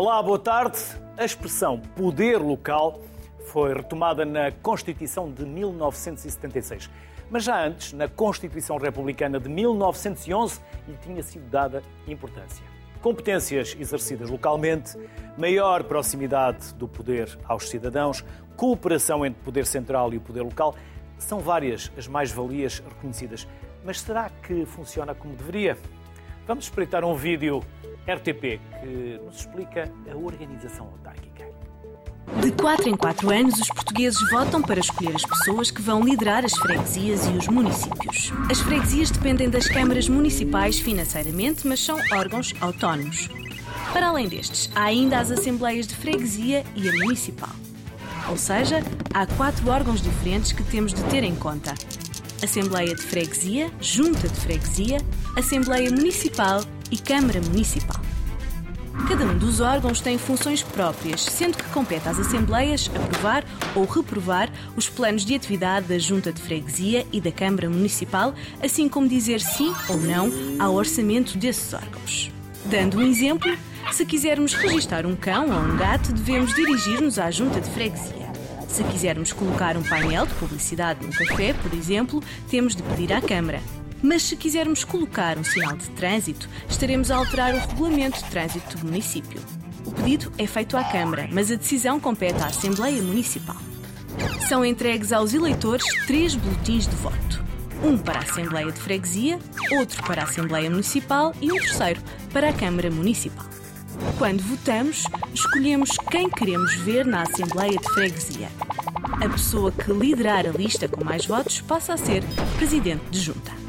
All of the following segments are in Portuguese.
Olá, boa tarde. A expressão poder local foi retomada na Constituição de 1976. Mas já antes, na Constituição Republicana de 1911, lhe tinha sido dada importância. Competências exercidas localmente, maior proximidade do poder aos cidadãos, cooperação entre o poder central e o poder local, são várias as mais-valias reconhecidas. Mas será que funciona como deveria? Vamos espreitar um vídeo RTP que nos explica a organização autárquica. De 4 em 4 anos, os portugueses votam para escolher as pessoas que vão liderar as freguesias e os municípios. As freguesias dependem das câmaras municipais financeiramente, mas são órgãos autónomos. Para além destes, há ainda as assembleias de freguesia e a municipal. Ou seja, há 4 órgãos diferentes que temos de ter em conta: Assembleia de Freguesia, Junta de Freguesia, Assembleia Municipal e Câmara Municipal. Cada um dos órgãos tem funções próprias, sendo que compete às assembleias aprovar ou reprovar os planos de atividade da Junta de Freguesia e da Câmara Municipal, assim como dizer sim ou não ao orçamento desses órgãos. Dando um exemplo, se quisermos registar um cão ou um gato, devemos dirigir-nos à Junta de Freguesia. Se quisermos colocar um painel de publicidade num café, por exemplo, temos de pedir à Câmara. Mas se quisermos colocar um sinal de trânsito, estaremos a alterar o regulamento de trânsito do município. O pedido é feito à Câmara, mas a decisão compete à Assembleia Municipal. São entregues aos eleitores 3 boletins de voto. Um para a Assembleia de Freguesia, outro para a Assembleia Municipal e um terceiro para a Câmara Municipal. Quando votamos, escolhemos quem queremos ver na Assembleia de Freguesia. A pessoa que liderar a lista com mais votos passa a ser Presidente de Junta.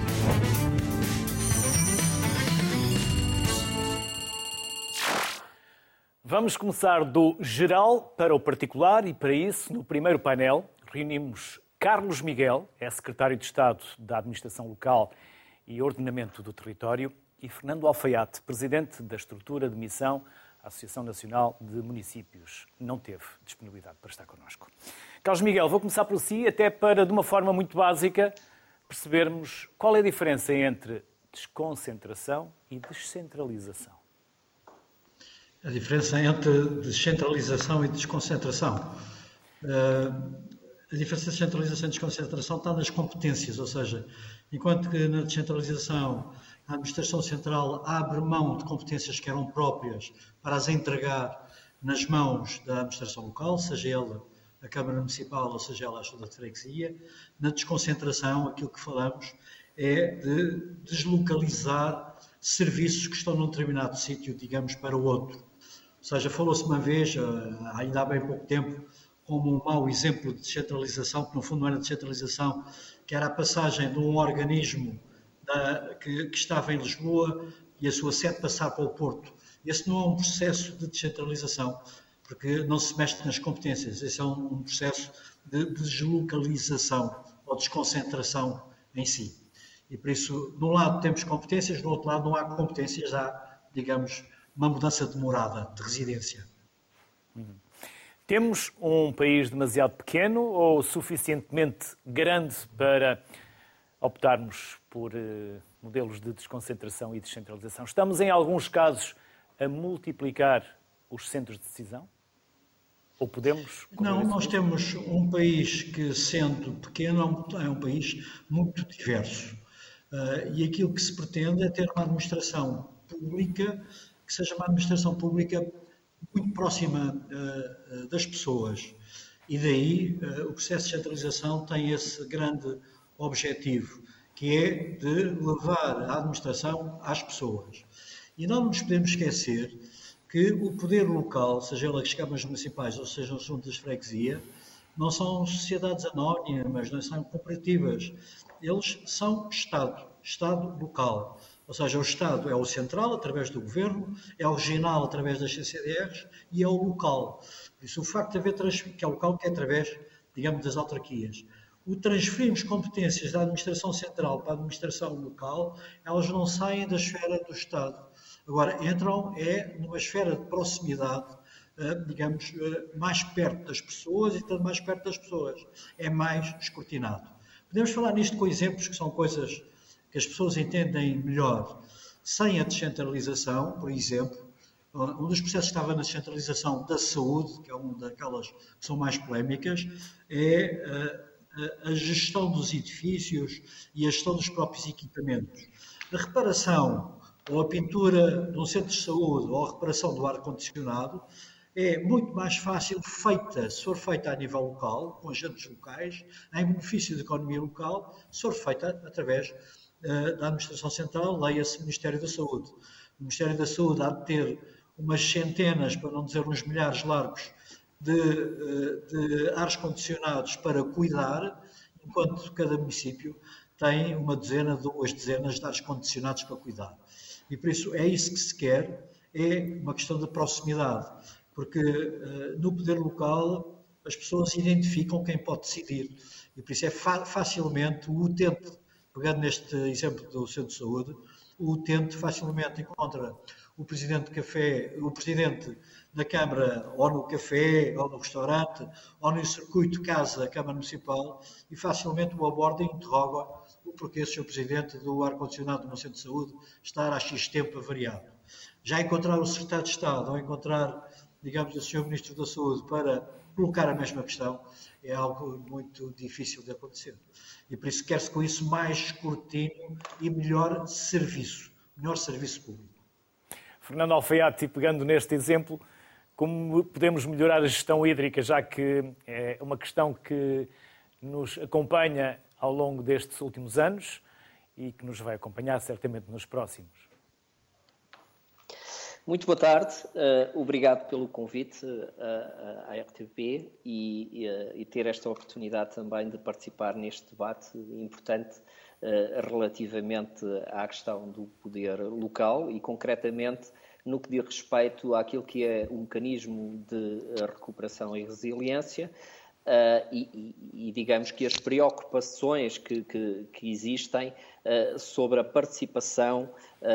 Vamos começar do geral para o particular e, para isso, no primeiro painel, reunimos Carlos Miguel, é secretário de Estado da Administração Local e Ordenamento do Território, e Fernando Alfaiate, presidente da estrutura de missão à Associação Nacional de Municípios. Não teve disponibilidade para estar connosco. Carlos Miguel, vou começar por si, até para, de uma forma muito básica, percebermos qual é a diferença entre desconcentração e descentralização. A diferença entre descentralização e desconcentração. A diferença de descentralização e desconcentração está nas competências, ou seja, enquanto que na descentralização a administração central abre mão de competências que eram próprias para as entregar nas mãos da administração local, seja ela a Câmara Municipal ou seja ela a Junta de Freguesia, na desconcentração aquilo que falamos é de deslocalizar serviços que estão num determinado sítio, digamos, para o outro. Ou seja, falou-se uma vez, ainda há bem pouco tempo, como um mau exemplo de descentralização, que no fundo não era descentralização, que era a passagem de um organismo que estava em Lisboa e a sua sede passar para o Porto. Esse não é um processo de descentralização, porque não se mexe nas competências. Esse é um processo de deslocalização ou desconcentração em si. E por isso, de um lado temos competências, do outro lado não há competências, há, digamos, uma mudança de morada, de residência. Temos um país demasiado pequeno ou suficientemente grande para optarmos por modelos de desconcentração e descentralização? Estamos, em alguns casos, a multiplicar os centros de decisão? Ou podemos... Não, nós temos um país que, sendo pequeno, é um país muito diverso. E aquilo que se pretende é ter uma administração pública que seja uma administração pública muito próxima das pessoas. E daí o processo de descentralização tem esse grande objetivo, que é de levar a administração às pessoas. E não nos podemos esquecer que o poder local, seja ele as câmaras municipais ou seja as juntas de freguesia, não são sociedades anónimas, não são cooperativas. Eles são Estado local. Ou seja, o Estado é o central, através do Governo, é o regional, através das CCDRs, e é o local. Por isso, o facto de haver que é o local, que é através, digamos, das autarquias. O transferirmos competências da administração central para a administração local, elas não saem da esfera do Estado. Agora, entram numa esfera de proximidade, digamos, mais perto das pessoas, e estando mais perto das pessoas, é mais escrutinado. Podemos falar nisto com exemplos que são coisas que as pessoas entendem melhor. Sem a descentralização, por exemplo, Um dos processos que estava na descentralização da saúde, que é uma daquelas que são mais polémicas, é a gestão dos edifícios e a gestão dos próprios equipamentos. A reparação ou a pintura de um centro de saúde ou a reparação do ar-condicionado é muito mais fácil feita, se for feita a nível local, com agentes locais, em benefício da economia local, se for feita através da Administração Central, leia-se Ministério da Saúde. O Ministério da Saúde há de ter umas centenas, para não dizer uns milhares largos, de ares condicionados para cuidar, enquanto cada município tem uma dezena, 2 dezenas de ares condicionados para cuidar. E por isso é isso que se quer, é uma questão de proximidade, porque no poder local as pessoas identificam quem pode decidir, e por isso é facilmente o utente, pegando neste exemplo do centro de saúde, o utente facilmente encontra o presidente de café, o presidente da Câmara, ou no café, ou no restaurante, ou no circuito casa, Câmara Municipal, e facilmente o aborda e interroga o porquê o Sr. Presidente do ar-condicionado no centro de saúde estar há X tempo avariado. Já encontrar o Secretário de Estado, ou encontrar, digamos, o Sr. Ministro da Saúde para colocar a mesma questão, é algo muito difícil de acontecer. E por isso quer-se com isso mais escrutínio e melhor serviço público. Fernando Alfaiate, pegando neste exemplo, como podemos melhorar a gestão hídrica, já que é uma questão que nos acompanha ao longo destes últimos anos e que nos vai acompanhar certamente nos próximos? Muito boa tarde, obrigado pelo convite à RTP e ter esta oportunidade também de participar neste debate importante relativamente à questão do poder local e concretamente no que diz respeito àquilo que é o mecanismo de recuperação e resiliência e digamos que as preocupações que existem sobre a participação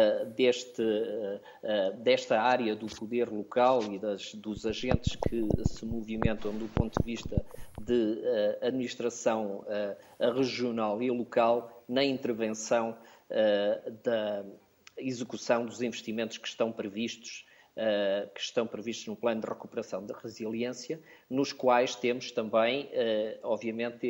desta área do poder local e dos agentes que se movimentam do ponto de vista de administração regional e local na intervenção da execução dos investimentos que estão previstos no plano de recuperação da resiliência, nos quais temos também, obviamente,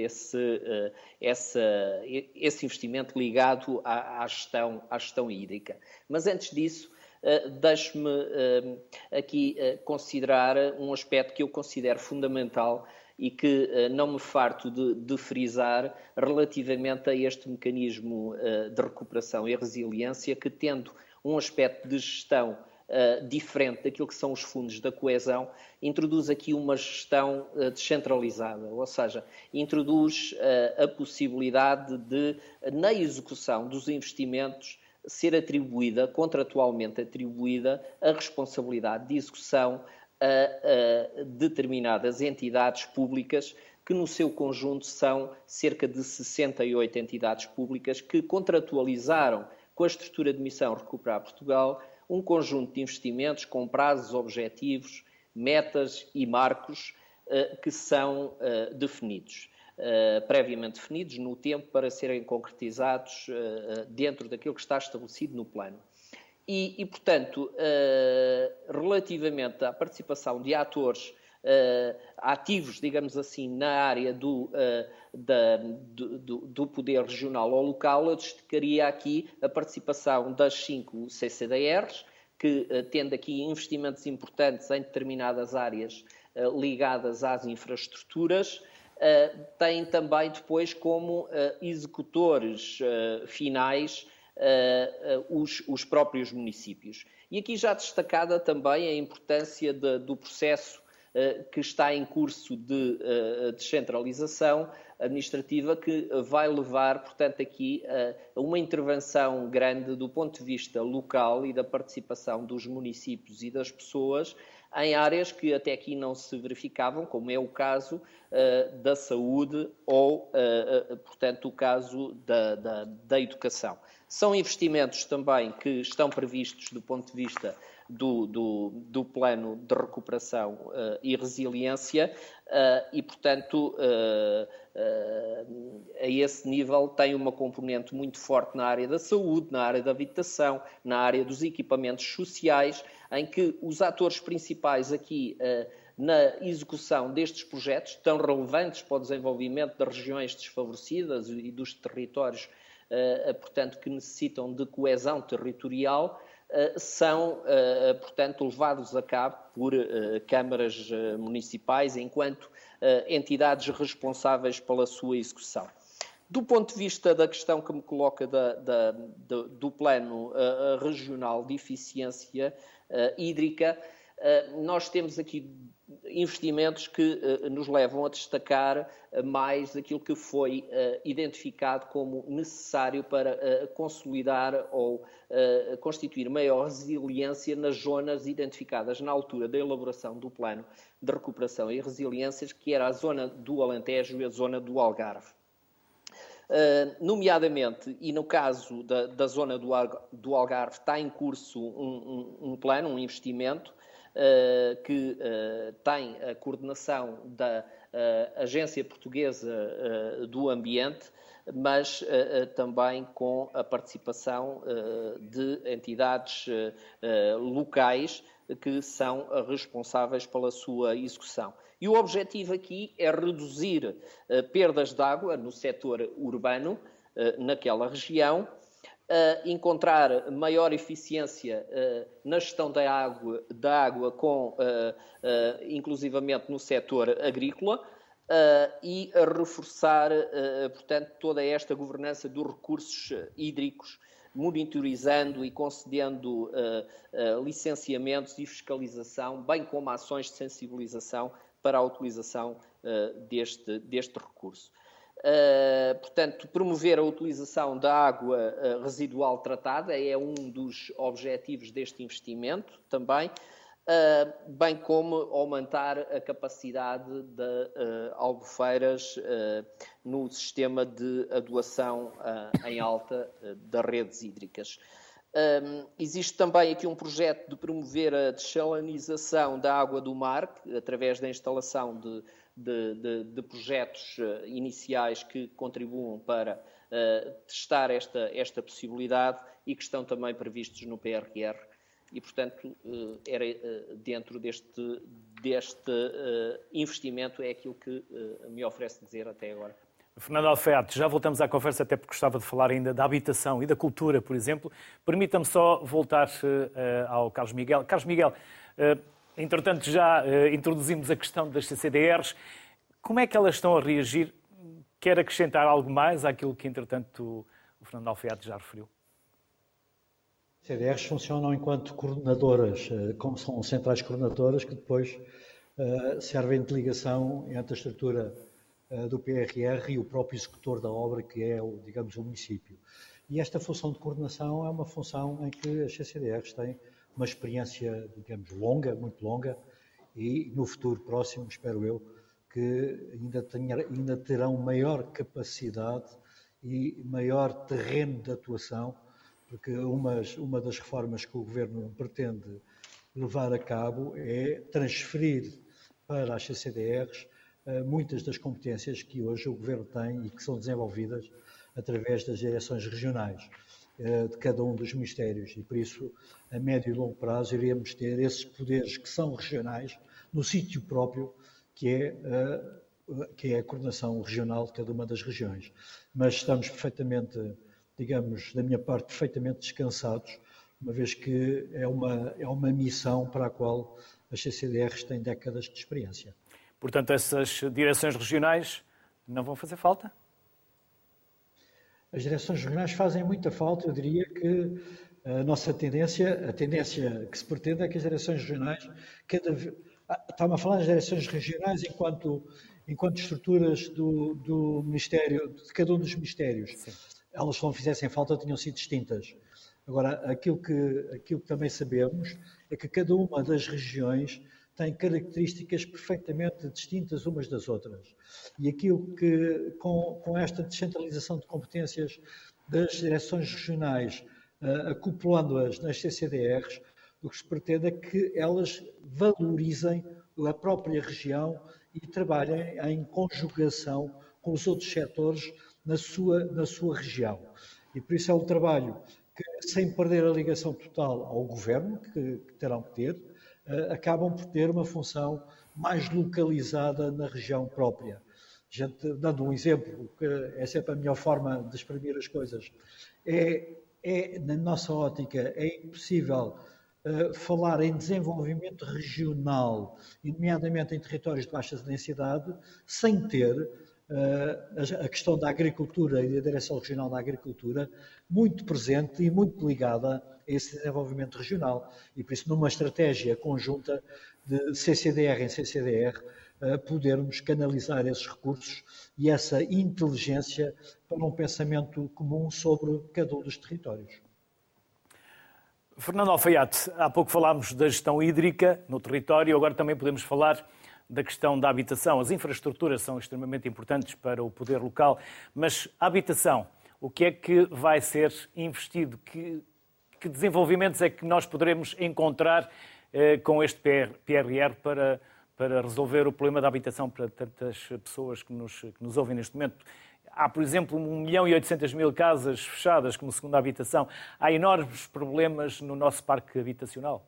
esse investimento ligado à gestão hídrica. Mas antes disso, deixe-me aqui considerar um aspecto que eu considero fundamental e que não me farto de frisar relativamente a este mecanismo de recuperação e resiliência que, tendo um aspecto de gestão diferente daquilo que são os fundos da coesão, introduz aqui uma gestão descentralizada, ou seja, introduz a possibilidade de, na execução dos investimentos, ser contratualmente atribuída a responsabilidade de execução a determinadas entidades públicas que no seu conjunto são cerca de 68 entidades públicas que contratualizaram com a estrutura de missão Recuperar Portugal um conjunto de investimentos com prazos objetivos, metas e marcos que são definidos, previamente definidos no tempo para serem concretizados dentro daquilo que está estabelecido no plano. E portanto, relativamente à participação de atores ativos, digamos assim, na área do poder regional ou local, eu destacaria aqui a participação das 5 CCDRs, que, tendo aqui investimentos importantes em determinadas áreas ligadas às infraestruturas, têm também depois como executores finais os próprios municípios. E aqui já destacada também a importância do processo que está em curso de descentralização administrativa, que vai levar, portanto, aqui a uma intervenção grande do ponto de vista local e da participação dos municípios e das pessoas em áreas que até aqui não se verificavam, como é o caso da saúde ou, portanto, o caso da educação. São investimentos também que estão previstos do ponto de vista do Plano de Recuperação e Resiliência e, portanto, a esse nível tem uma componente muito forte na área da saúde, na área da habitação, na área dos equipamentos sociais, em que os atores principais aqui na execução destes projetos, tão relevantes para o desenvolvimento das regiões desfavorecidas e dos territórios, portanto, que necessitam de coesão territorial, são, portanto, levados a cabo por câmaras municipais enquanto entidades responsáveis pela sua execução. Do ponto de vista da questão que me coloca do Plano Regional de Eficiência Hídrica, nós temos aqui investimentos que nos levam a destacar mais aquilo que foi identificado como necessário para consolidar ou constituir maior resiliência nas zonas identificadas na altura da elaboração do Plano de Recuperação e Resiliências, que era a zona do Alentejo e a zona do Algarve. Nomeadamente, e no caso da zona do Algarve, está em curso um plano, um investimento, que tem a coordenação da Agência Portuguesa do Ambiente, mas também com a participação de entidades locais que são responsáveis pela sua execução. E o objetivo aqui é reduzir perdas de água no setor urbano, naquela região, encontrar maior eficiência na gestão da água inclusivamente no setor agrícola, e a reforçar, portanto, toda esta governança dos recursos hídricos, monitorizando e concedendo licenciamentos e fiscalização, bem como ações de sensibilização para a utilização deste recurso. Portanto, promover a utilização da água residual tratada é um dos objetivos deste investimento também, bem como aumentar a capacidade de albufeiras no sistema de aduação em alta das redes hídricas. Existe também aqui um projeto de promover a dessalinização da água do mar, através da instalação de projetos iniciais que contribuam para testar esta possibilidade e que estão também previstos no PRR. E, portanto, era dentro deste investimento, é aquilo que me oferece dizer até agora. Fernando Alfaiate, já voltamos à conversa, até porque gostava de falar ainda da habitação e da cultura, por exemplo. Permita-me só voltar ao Carlos Miguel. Carlos Miguel, entretanto já introduzimos a questão das CCDRs. Como é que elas estão a reagir? Quer acrescentar algo mais àquilo que, entretanto, o Fernando Alfaiate já referiu? As CCDRs funcionam enquanto coordenadoras, como são centrais coordenadoras que depois servem de ligação entre a estrutura do PRR e o próprio executor da obra, que é, digamos, o município. E esta função de coordenação é uma função em que as CCDRs têm uma experiência, digamos, longa, muito longa, e no futuro próximo, espero eu, que ainda terão maior capacidade e maior terreno de atuação, porque uma das reformas que o Governo pretende levar a cabo é transferir para as CCDRs muitas das competências que hoje o Governo tem e que são desenvolvidas através das direções regionais de cada um dos ministérios. E por isso, a médio e longo prazo, iremos ter esses poderes que são regionais no sítio próprio, que é a coordenação regional de cada uma das regiões. Mas estamos perfeitamente, digamos, da minha parte, perfeitamente descansados, uma vez que é uma missão para a qual as CCDRs têm décadas de experiência. Portanto, essas direções regionais não vão fazer falta? As direções regionais fazem muita falta. Eu diria que a tendência que se pretende é que as direções regionais, estava a falar das direções regionais enquanto estruturas do Ministério, de cada um dos ministérios. Sim. Elas, se não fizessem falta, tinham sido extintas. Agora, aquilo que também sabemos é que cada uma das regiões tem características perfeitamente distintas umas das outras. E aquilo que, com esta descentralização de competências das direções regionais, acoplando-as nas CCDRs, o que se pretende é que elas valorizem a própria região e trabalhem em conjugação com os outros setores na sua região. E por isso é um trabalho que, sem perder a ligação total ao governo, que terão que ter, acabam por ter uma função mais localizada na região própria. Dando um exemplo, que é sempre a melhor forma de exprimir as coisas, na nossa ótica, é impossível falar em desenvolvimento regional, nomeadamente em territórios de baixa densidade, sem ter a questão da agricultura e da direção regional da agricultura muito presente e muito ligada a esse desenvolvimento regional. E por isso, numa estratégia conjunta de CCDR em CCDR, podermos canalizar esses recursos e essa inteligência para um pensamento comum sobre cada um dos territórios. Fernando Alfaiate, há pouco falámos da gestão hídrica no território, agora também podemos falar da questão da habitação. As infraestruturas são extremamente importantes para o poder local, mas a habitação, o que é que vai ser investido? Que desenvolvimentos é que nós poderemos encontrar com este PRR para resolver o problema da habitação para tantas pessoas que nos ouvem neste momento? Há, por exemplo, 1.800.000 casas fechadas como segunda habitação. Há enormes problemas no nosso parque habitacional.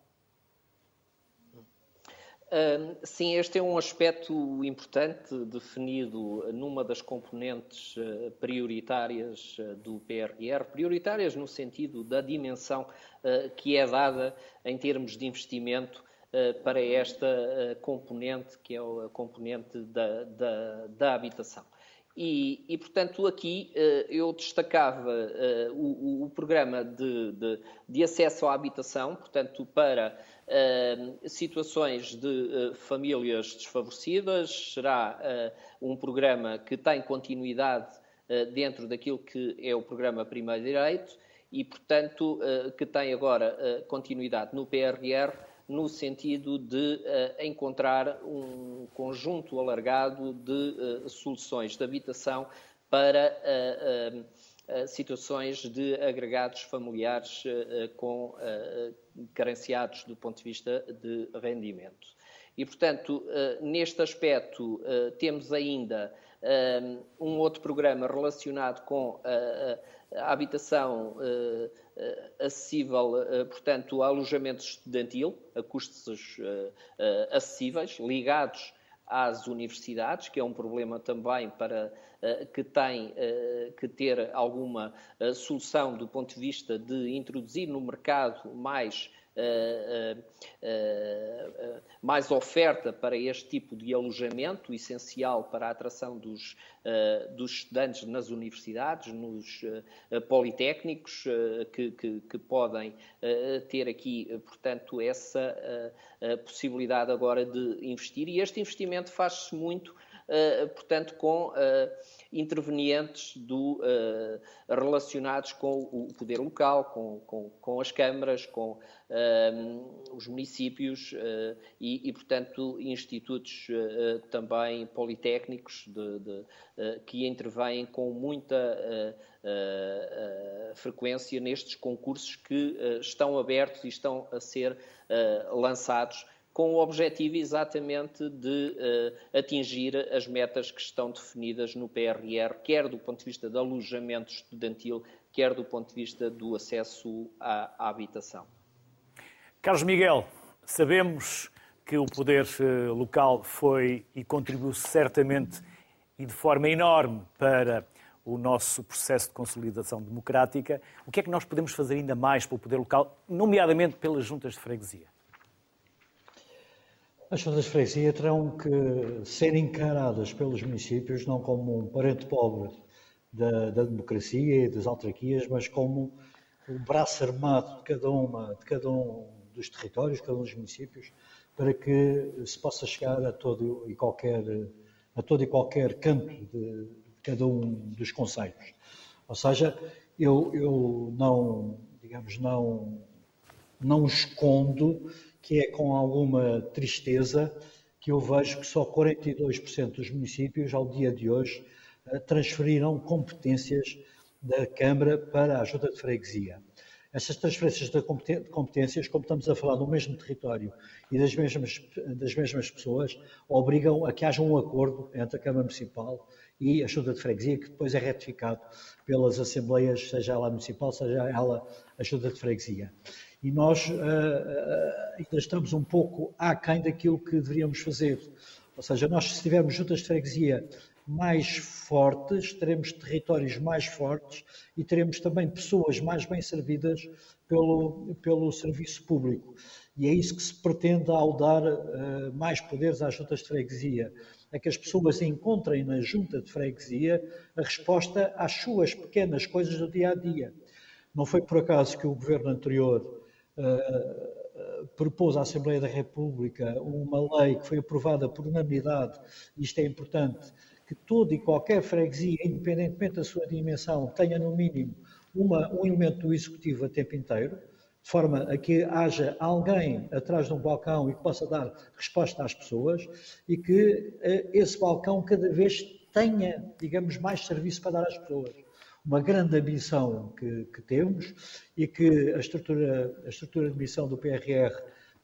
Sim, este é um aspecto importante definido numa das componentes prioritárias do PRR, prioritárias no sentido da dimensão que é dada em termos de investimento para esta componente, que é a componente da habitação. E, portanto, aqui eu destacava o programa de acesso à habitação, portanto, para situações de famílias desfavorecidas. Será um programa que tem continuidade dentro daquilo que é o programa Primeiro Direito e, portanto, que tem agora continuidade no PRR, no sentido de encontrar um conjunto alargado de soluções de habitação para situações de agregados familiares carenciados do ponto de vista de rendimento. E, portanto, neste aspecto, temos ainda um outro programa relacionado com a habitação acessível, portanto, a alojamento estudantil, a custos acessíveis, ligados às universidades, que é um problema também para que tem que ter alguma solução do ponto de vista de introduzir no mercado mais oferta para este tipo de alojamento, essencial para a atração dos estudantes nas universidades, nos politécnicos, que podem ter aqui, portanto, essa possibilidade agora de investir. E este investimento faz-se muito, portanto, com intervenientes relacionados com o poder local, com as câmaras, com os municípios e, portanto, institutos também politécnicos que intervêm com muita frequência nestes concursos que estão abertos e estão a ser lançados, com o objetivo exatamente de atingir as metas que estão definidas no PRR, quer do ponto de vista do alojamento estudantil, quer do ponto de vista do acesso à habitação. Carlos Miguel, sabemos que o poder local foi e contribuiu certamente e de forma enorme para o nosso processo de consolidação democrática. O que é que nós podemos fazer ainda mais para o poder local, nomeadamente pelas juntas de freguesia? As juntas de freguesia terão que ser encaradas pelos municípios não como um parente pobre da democracia e das autarquias, mas como um braço armado de cada um dos territórios, cada um dos municípios, para que se possa chegar a todo e qualquer canto de cada um dos concelhos. Ou seja, eu não escondo que é com alguma tristeza que eu vejo que só 42% dos municípios, ao dia de hoje, transferiram competências da Câmara para a Junta de Freguesia. Essas transferências de competências, como estamos a falar do mesmo território e das mesmas pessoas, obrigam a que haja um acordo entre a Câmara Municipal e a Junta de Freguesia, que depois é retificado pelas Assembleias, seja ela municipal, seja ela a Junta de Freguesia. E nós ainda estamos um pouco aquém daquilo que deveríamos fazer. Ou seja, nós, se tivermos juntas de freguesia mais fortes, teremos territórios mais fortes e teremos também pessoas mais bem servidas pelo serviço público. E é isso que se pretende ao dar mais poderes às juntas de freguesia, é que as pessoas encontrem na junta de freguesia a resposta às suas pequenas coisas do dia-a-dia. Não foi por acaso que o governo anterior propôs à Assembleia da República uma lei que foi aprovada por unanimidade, e isto é importante, que toda e qualquer freguesia, independentemente da sua dimensão, tenha no mínimo um elemento do Executivo a tempo inteiro, de forma a que haja alguém atrás de um balcão e que possa dar resposta às pessoas e que esse balcão cada vez tenha, digamos, mais serviço para dar às pessoas. Uma grande ambição que temos e que a estrutura de missão do PRR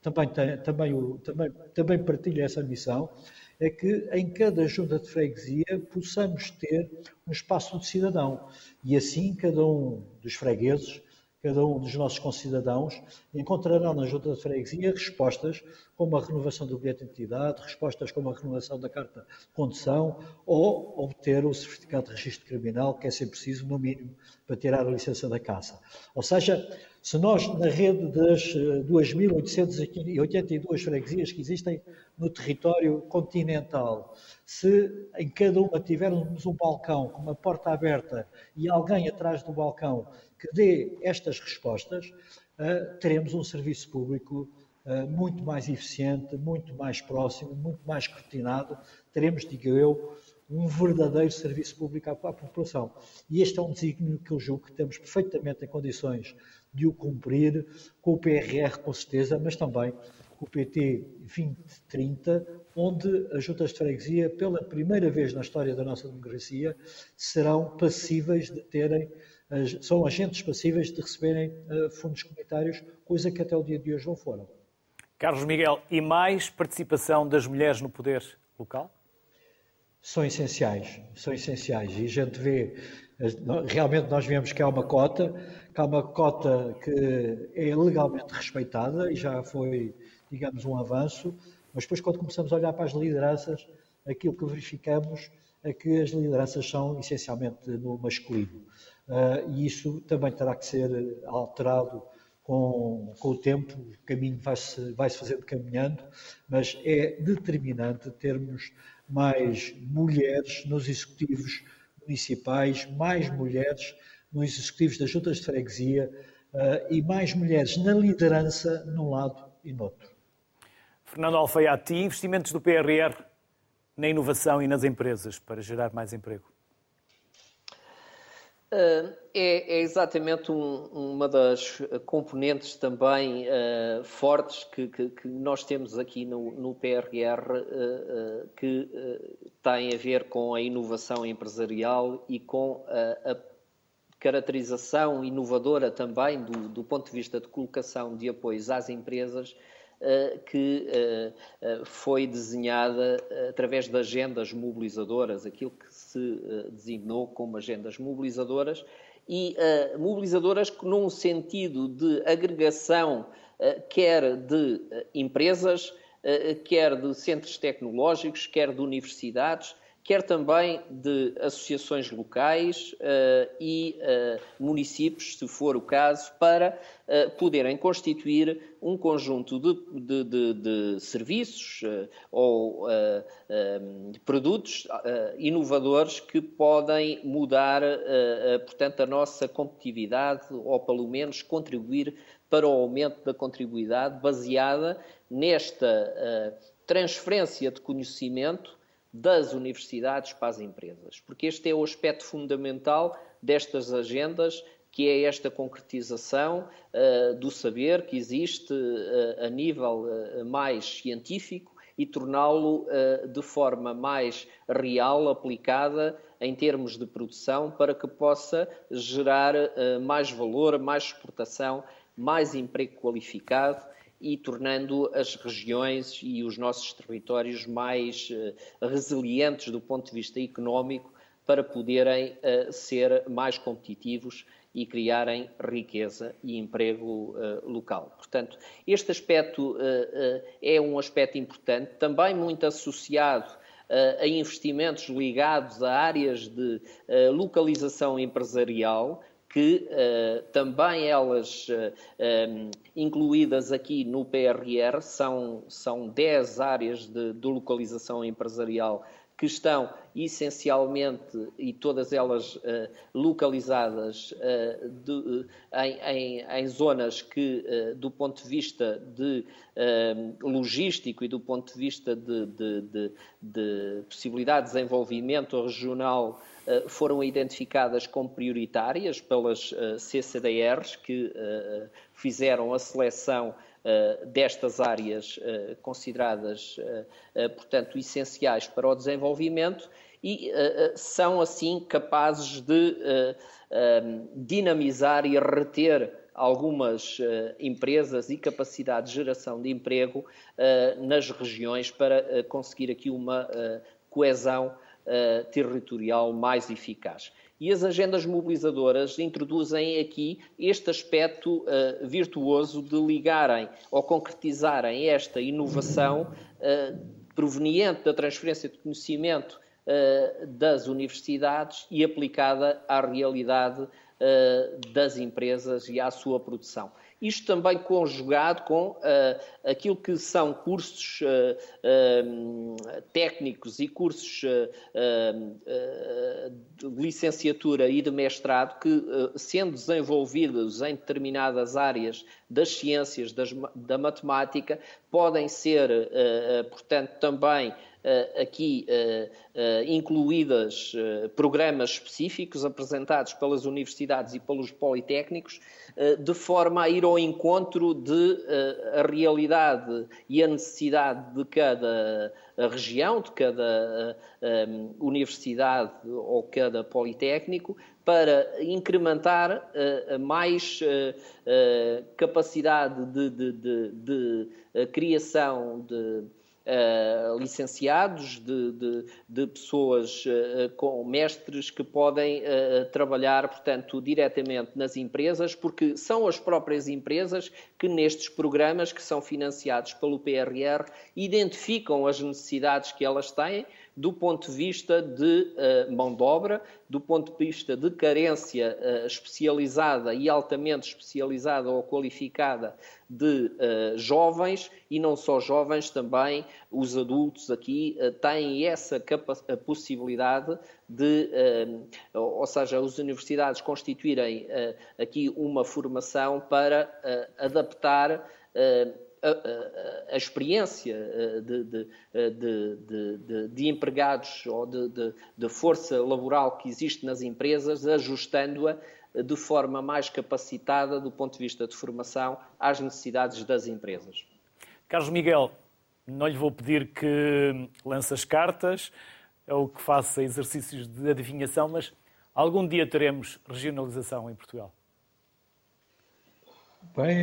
também partilha essa missão, é que em cada junta de freguesia possamos ter um espaço de cidadão e assim cada um dos fregueses, cada um dos nossos concidadãos encontrarão na junta de freguesia respostas como a renovação do bilhete de identidade, respostas como a renovação da carta de condução ou obter o certificado de registro criminal, que é sempre preciso, no mínimo, para tirar a licença da caça. Ou seja, se nós, na rede das 2.882 freguesias que existem no território continental, se em cada uma tivermos um balcão com uma porta aberta e alguém atrás do balcão que dê estas respostas, teremos um serviço público muito mais eficiente, muito mais próximo, muito mais escrutinado. Teremos, digo eu, um verdadeiro serviço público à população. E este é um desígnio que eu julgo que temos perfeitamente em condições de o cumprir com o PRR, com certeza, mas também com o PT 2030, onde as juntas de freguesia, pela primeira vez na história da nossa democracia, serão passíveis de terem, são agentes passíveis de receberem fundos comunitários, coisa que até o dia de hoje não foram. Carlos Miguel, e mais participação das mulheres no poder local? São essenciais. E a gente vê, realmente nós vemos que há uma cota que é legalmente respeitada e já foi, digamos, um avanço, mas depois quando começamos a olhar para as lideranças, aquilo que verificamos é que as lideranças são essencialmente no masculino. E isso também terá que ser alterado com o tempo, o caminho vai-se fazendo caminhando, mas é determinante termos mais mulheres nos executivos municipais, mais mulheres nos executivos das juntas de freguesia e mais mulheres na liderança num lado e no outro. Fernando Alfaiate, investimentos do PRR na inovação e nas empresas para gerar mais emprego? É exatamente uma das componentes também fortes que nós temos aqui no PRR, que tem a ver com a inovação empresarial e com a caracterização inovadora também do ponto de vista de colocação de apoios às empresas, que foi desenhada através de agendas mobilizadoras, aquilo que se designou como agendas mobilizadoras, e mobilizadoras num sentido de agregação, quer de empresas, quer de centros tecnológicos, quer de universidades, quer também de associações locais e municípios, se for o caso, para poderem constituir um conjunto de serviços ou produtos inovadores que podem mudar, portanto, a nossa competitividade ou, pelo menos, contribuir para o aumento da competitividade baseada nesta transferência de conhecimento das universidades para as empresas, porque este é o aspecto fundamental destas agendas, que é esta concretização do saber que existe a nível mais científico e torná-lo de forma mais real, aplicada em termos de produção, para que possa gerar mais valor, mais exportação, mais emprego qualificado e tornando as regiões e os nossos territórios mais resilientes do ponto de vista económico para poderem ser mais competitivos e criarem riqueza e emprego local. Portanto, este aspecto é um aspecto importante, também muito associado a investimentos ligados a áreas de localização empresarial, que também elas incluídas aqui no PRR, são 10 áreas de localização empresarial que estão essencialmente e todas elas localizadas em zonas que, do ponto de vista de logístico e do ponto de vista de possibilidade de desenvolvimento regional, foram identificadas como prioritárias pelas CCDRs, que fizeram a seleção destas áreas consideradas, portanto, essenciais para o desenvolvimento e são, assim, capazes de dinamizar e reter algumas empresas e capacidade de geração de emprego nas regiões para conseguir aqui uma coesão territorial mais eficaz. E as agendas mobilizadoras introduzem aqui este aspecto virtuoso de ligarem ou concretizarem esta inovação proveniente da transferência de conhecimento das universidades e aplicada à realidade das empresas e à sua produção. Isto também conjugado com aquilo que são cursos técnicos e cursos de licenciatura e de mestrado que, sendo desenvolvidos em determinadas áreas das ciências, da matemática, podem ser, portanto, também aqui incluídas programas específicos apresentados pelas universidades e pelos politécnicos, de forma a ir ao encontro de a realidade e a necessidade de cada região, de cada universidade ou cada politécnico, para incrementar mais capacidade de criação de licenciados, de pessoas com mestres que podem trabalhar, portanto, diretamente nas empresas, porque são as próprias empresas que nestes programas que são financiados pelo PRR identificam as necessidades que elas têm do ponto de vista de mão de obra, do ponto de vista de carência especializada e altamente especializada ou qualificada de jovens, e não só jovens, também os adultos aqui têm essa possibilidade de, ou seja, as universidades constituírem aqui uma formação para adaptar a experiência de empregados ou de força laboral que existe nas empresas, ajustando-a de forma mais capacitada do ponto de vista de formação às necessidades das empresas. Carlos Miguel, não lhe vou pedir que lance as cartas ou que faça exercícios de adivinhação, mas algum dia teremos regionalização em Portugal? Bem,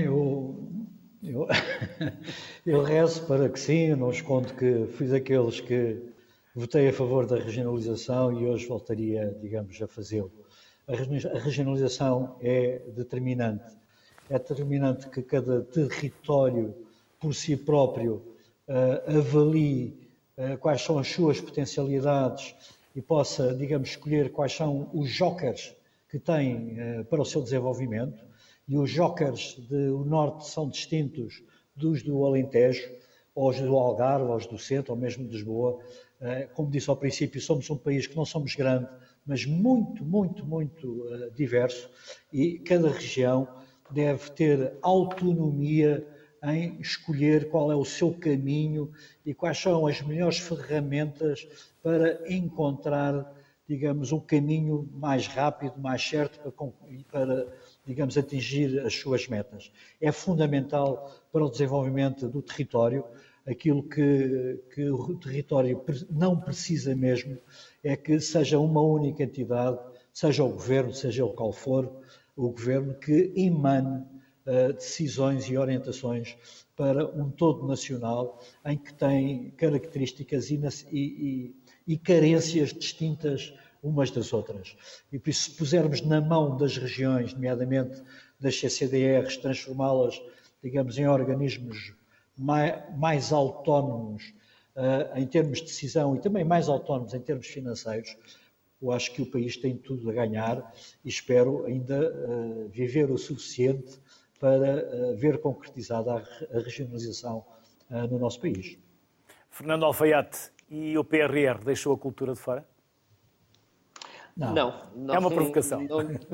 eu rezo para que sim. Eu não escondo que fui daqueles que votei a favor da regionalização e hoje voltaria, digamos, a fazê-lo. A regionalização é determinante. É determinante que cada território, por si próprio, avalie quais são as suas potencialidades e possa, digamos, escolher quais são os jokers que tem para o seu desenvolvimento. E os jokers do Norte são distintos dos do Alentejo, ou os do Algarve, ou os do Centro, ou mesmo de Lisboa. Como disse ao princípio, somos um país que não somos grande, mas muito, muito, muito diverso, e cada região deve ter autonomia em escolher qual é o seu caminho e quais são as melhores ferramentas para encontrar, digamos, um caminho mais rápido, mais certo para, digamos, atingir as suas metas. É fundamental para o desenvolvimento do território. aquilo que o território não precisa mesmo é que seja uma única entidade, seja o governo, seja ele qual for, o governo que emane decisões e orientações para um todo nacional em que tem características e carências distintas umas das outras. E por isso, se pusermos na mão das regiões, nomeadamente das CCDRs, transformá-las, digamos, em organismos mais autónomos em termos de decisão e também mais autónomos em termos financeiros, eu acho que o país tem tudo a ganhar e espero ainda viver o suficiente para ver concretizada a regionalização no nosso país. Fernando Alfaiate, e o PRR deixou a cultura de fora? Não. É uma provocação.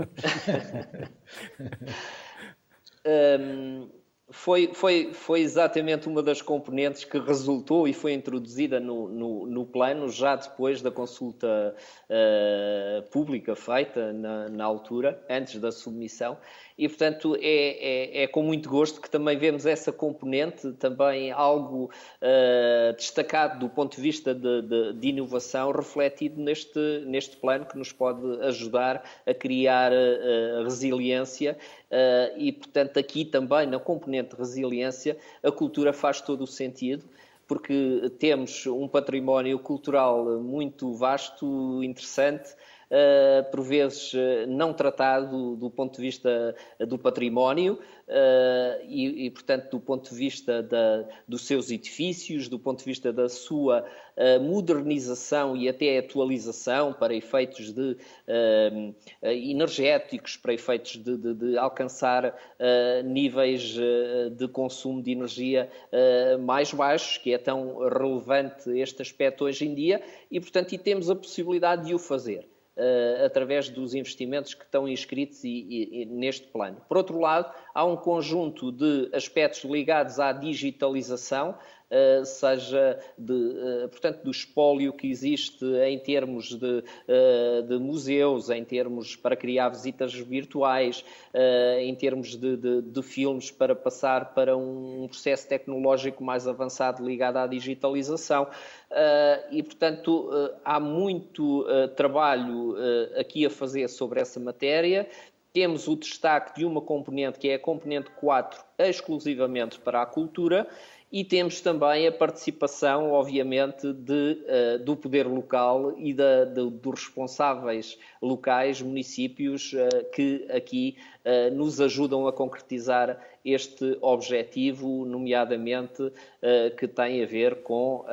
Foi exatamente uma das componentes que resultou e foi introduzida no plano já depois da consulta pública feita na altura, antes da submissão. E, portanto, é com muito gosto que também vemos essa componente, também algo destacado do ponto de vista de inovação, refletido neste plano que nos pode ajudar a criar resiliência. E, portanto, aqui também, na componente de resiliência, a cultura faz todo o sentido, porque temos um património cultural muito vasto, interessante, por vezes não tratado do ponto de vista do património e, portanto, do ponto de vista dos seus edifícios, do ponto de vista da sua modernização e até atualização para efeitos energéticos, para efeitos de alcançar níveis de consumo de energia mais baixos, que é tão relevante este aspecto hoje em dia, e, portanto, temos a possibilidade de o fazer através dos investimentos que estão inscritos neste plano. Por outro lado, há um conjunto de aspectos ligados à digitalização, seja portanto, do espólio que existe em termos de museus, em termos para criar visitas virtuais, em termos de filmes para passar para um processo tecnológico mais avançado ligado à digitalização. E, portanto, há muito trabalho aqui a fazer sobre essa matéria. Temos o destaque de uma componente, que é a componente 4, exclusivamente para a cultura, e temos também a participação, obviamente, do poder local e dos responsáveis locais, municípios, que aqui nos ajudam a concretizar este objetivo, nomeadamente que tem a ver com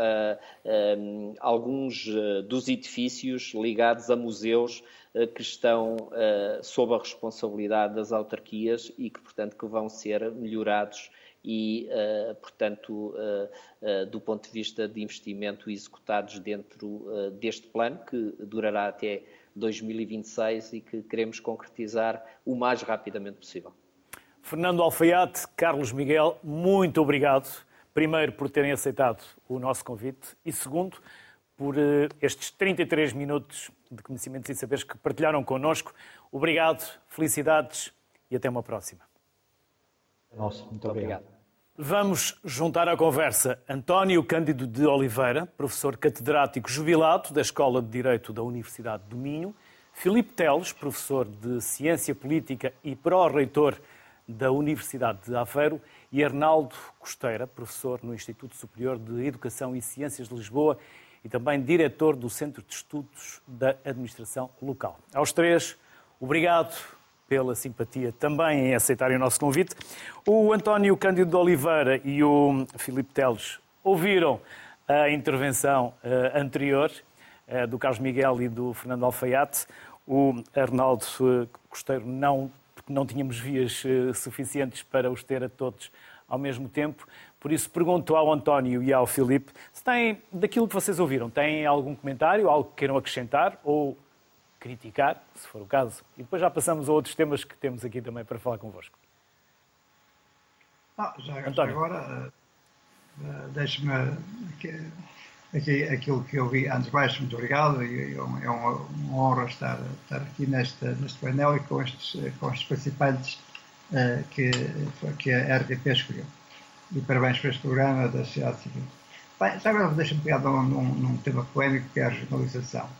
alguns dos edifícios ligados a museus que estão sob a responsabilidade das autarquias e que, portanto, que vão ser melhorados e, portanto, do ponto de vista de investimento executados dentro deste plano, que durará até 2026 e que queremos concretizar o mais rapidamente possível. Fernando Alfaiate, Carlos Miguel, muito obrigado. Primeiro, por terem aceitado o nosso convite e, segundo, por estes 33 minutos de conhecimentos e saberes que partilharam connosco. Obrigado, felicidades e até uma próxima. Nossa, muito obrigado. Vamos juntar à conversa António Cândido de Oliveira, professor catedrático jubilado da Escola de Direito da Universidade do Minho, Filipe Teles, professor de Ciência Política e pró-reitor da Universidade de Aveiro, e Arnaldo Costeira, professor no Instituto Superior de Educação e Ciências de Lisboa e também diretor do Centro de Estudos da Administração Local. Aos três, obrigado pela simpatia também em aceitarem o nosso convite. O António Cândido de Oliveira e o Filipe Teles ouviram a intervenção anterior do Carlos Miguel e do Fernando Alfaiate. O Arnaldo Costeiro não, porque não tínhamos vias suficientes para os ter a todos ao mesmo tempo. Por isso pergunto ao António e ao Filipe se têm, daquilo que vocês ouviram, têm algum comentário, algo que queiram acrescentar ou criticar, se for o caso, e depois já passamos a outros temas que temos aqui também para falar convosco. Já agora, deixe-me aqui aquilo que eu vi antes de mais, muito obrigado, e é uma honra estar aqui neste painel e com estes participantes que a RDP escolheu. e parabéns por este programa da sociedade civil. Bem, já agora deixa-me pegar num tema polémico que é a regionalização.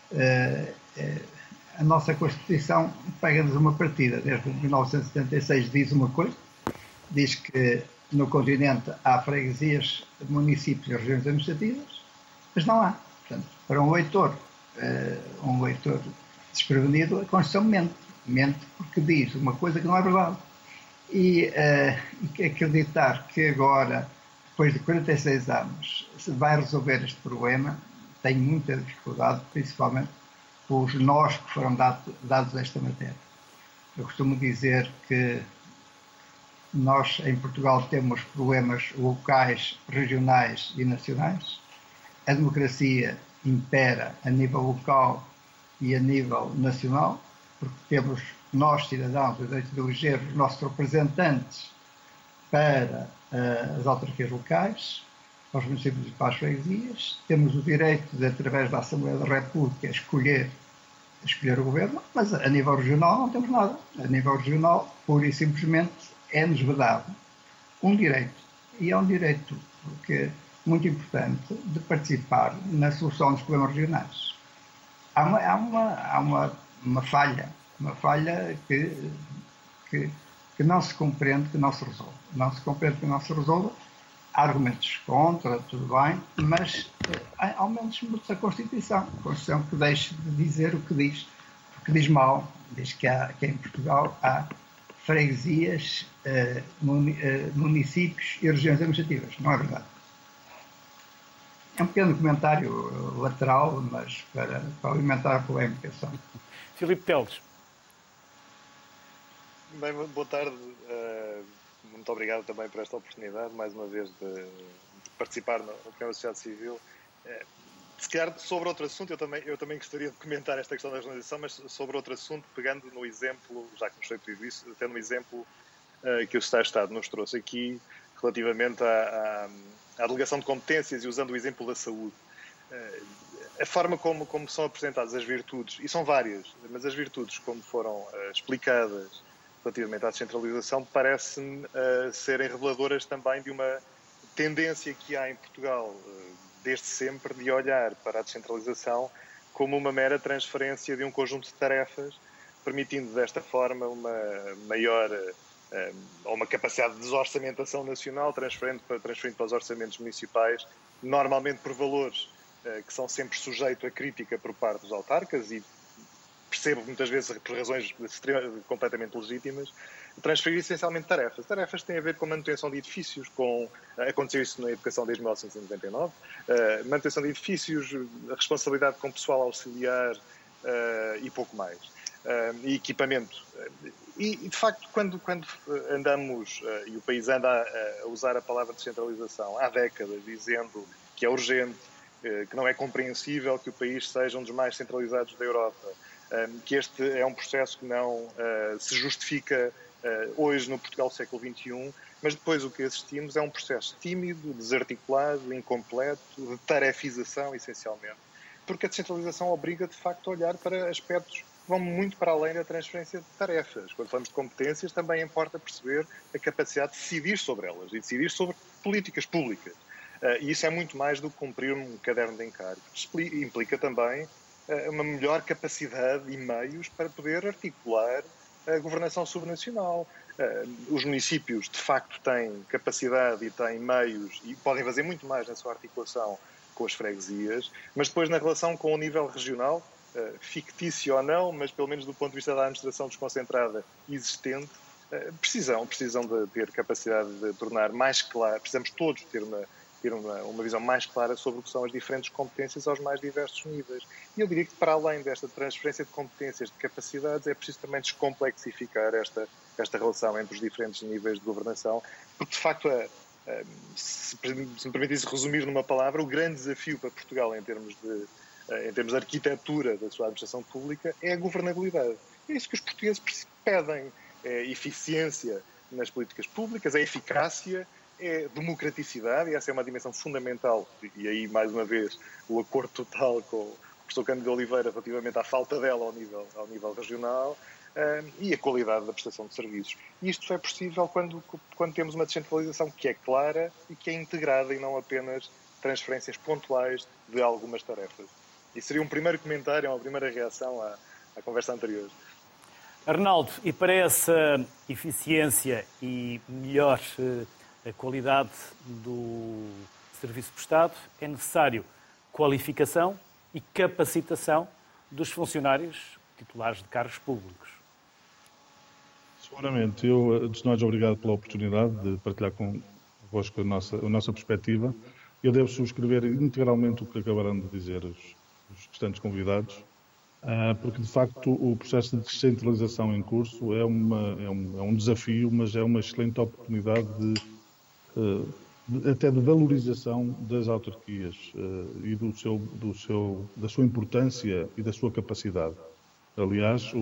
A nossa Constituição pega-nos uma partida. Desde 1976 diz uma coisa, diz que no continente há freguesias, municípios e regiões administrativas, mas não há. Portanto, para um leitor desprevenido, a Constituição mente porque diz uma coisa que não é verdade. E acreditar que agora, depois de 46 anos, se vai resolver este problema, tem muita dificuldade, principalmente os nós que foram dados a esta matéria. Eu costumo dizer que nós, em Portugal, temos problemas locais, regionais e nacionais. A democracia impera a nível local e a nível nacional, porque temos nós, cidadãos, o direito de eleger os nossos representantes para as autarquias locais, aos municípios e para as freguesias. Temos o direito de, através da Assembleia da República, escolher o governo, mas a nível regional não temos nada. A nível regional, pura e simplesmente, é-nos vedado um direito, e é um direito muito importante, de participar na solução dos problemas regionais. Há uma falha que não se compreende, que não se resolve. Não se compreende que não se resolve. Há argumentos contra, tudo bem, mas ao menos muda a Constituição. A Constituição que deixe de dizer o que diz, porque diz mal. Diz que em Portugal há freguesias, municípios e regiões administrativas. Não é verdade. É um pequeno comentário lateral, mas para alimentar a polémica. Filipe Teles. Bem, boa tarde. Muito obrigado também por esta oportunidade, mais uma vez, de participar no programa da sociedade civil. Se calhar, sobre outro assunto, eu também gostaria de comentar esta questão da regionalização, mas sobre outro assunto, pegando no exemplo, já que nos foi pedido isso, até no exemplo que o Secretário de Estado nos trouxe aqui, relativamente à delegação de competências e usando o exemplo da saúde. A forma como são apresentadas as virtudes, e são várias, mas as virtudes como foram explicadas relativamente à descentralização, parece-me serem reveladoras também de uma tendência que há em Portugal, desde sempre, de olhar para a descentralização como uma mera transferência de um conjunto de tarefas, permitindo desta forma uma maior ou uma capacidade de desorçamentação nacional, transferindo para os orçamentos municipais, normalmente por valores que são sempre sujeitos a crítica por parte dos autarcas, e percebo muitas vezes por razões completamente legítimas, transferir essencialmente tarefas. Tarefas que têm a ver com a manutenção de edifícios, aconteceu isso na educação desde 1999, manutenção de edifícios, a responsabilidade com pessoal auxiliar e pouco mais. E equipamento. E de facto, quando andamos, e o país anda a usar a palavra descentralização há décadas, dizendo que é urgente, que não é compreensível que o país seja um dos mais centralizados da Europa, que este é um processo que não se justifica hoje no Portugal do século XXI, mas depois o que assistimos é um processo tímido, desarticulado, incompleto, de tarefização, essencialmente, porque a descentralização obriga, de facto, a olhar para aspectos que vão muito para além da transferência de tarefas. Quando falamos de competências, também importa perceber a capacidade de decidir sobre elas e decidir sobre políticas públicas. E isso é muito mais do que cumprir um caderno de encargos. Implica também uma melhor capacidade e meios para poder articular a governação subnacional. Os municípios, de facto, têm capacidade e têm meios e podem fazer muito mais na sua articulação com as freguesias, mas depois na relação com o nível regional, fictício ou não, mas pelo menos do ponto de vista da administração desconcentrada existente, precisam de ter capacidade de tornar mais claro, precisamos todos ter uma visão mais clara sobre o que são as diferentes competências aos mais diversos níveis. E eu diria que, para além desta transferência de competências, de capacidades, é preciso também descomplicar esta relação entre os diferentes níveis de governação, porque, de facto, se me permitisse resumir numa palavra, o grande desafio para Portugal em termos de arquitetura da sua administração pública é a governabilidade. É isso que os portugueses pedem. É eficiência nas políticas públicas, é eficácia, é democraticidade, e essa é uma dimensão fundamental, e aí, mais uma vez, o acordo total com o professor Cândido Oliveira relativamente à falta dela ao nível regional, e a qualidade da prestação de serviços. E isto é possível quando temos uma descentralização que é clara e que é integrada e não apenas transferências pontuais de algumas tarefas. E seria um primeiro comentário, uma primeira reação à conversa anterior. Arnaldo, e para essa eficiência e melhor qualidade do serviço prestado, é necessário qualificação e capacitação dos funcionários titulares de cargos públicos. Seguramente. Eu, antes de mais, obrigado pela oportunidade de partilhar convosco a nossa perspectiva. Eu devo subscrever integralmente o que acabaram de dizer os restantes convidados, porque, de facto, o processo de descentralização em curso é um desafio, mas é uma excelente oportunidade até de valorização das autarquias e da sua importância e da sua capacidade. Aliás,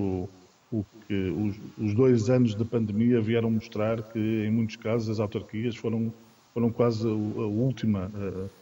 os 2 anos de pandemia vieram mostrar que, em muitos casos, as autarquias foram quase a última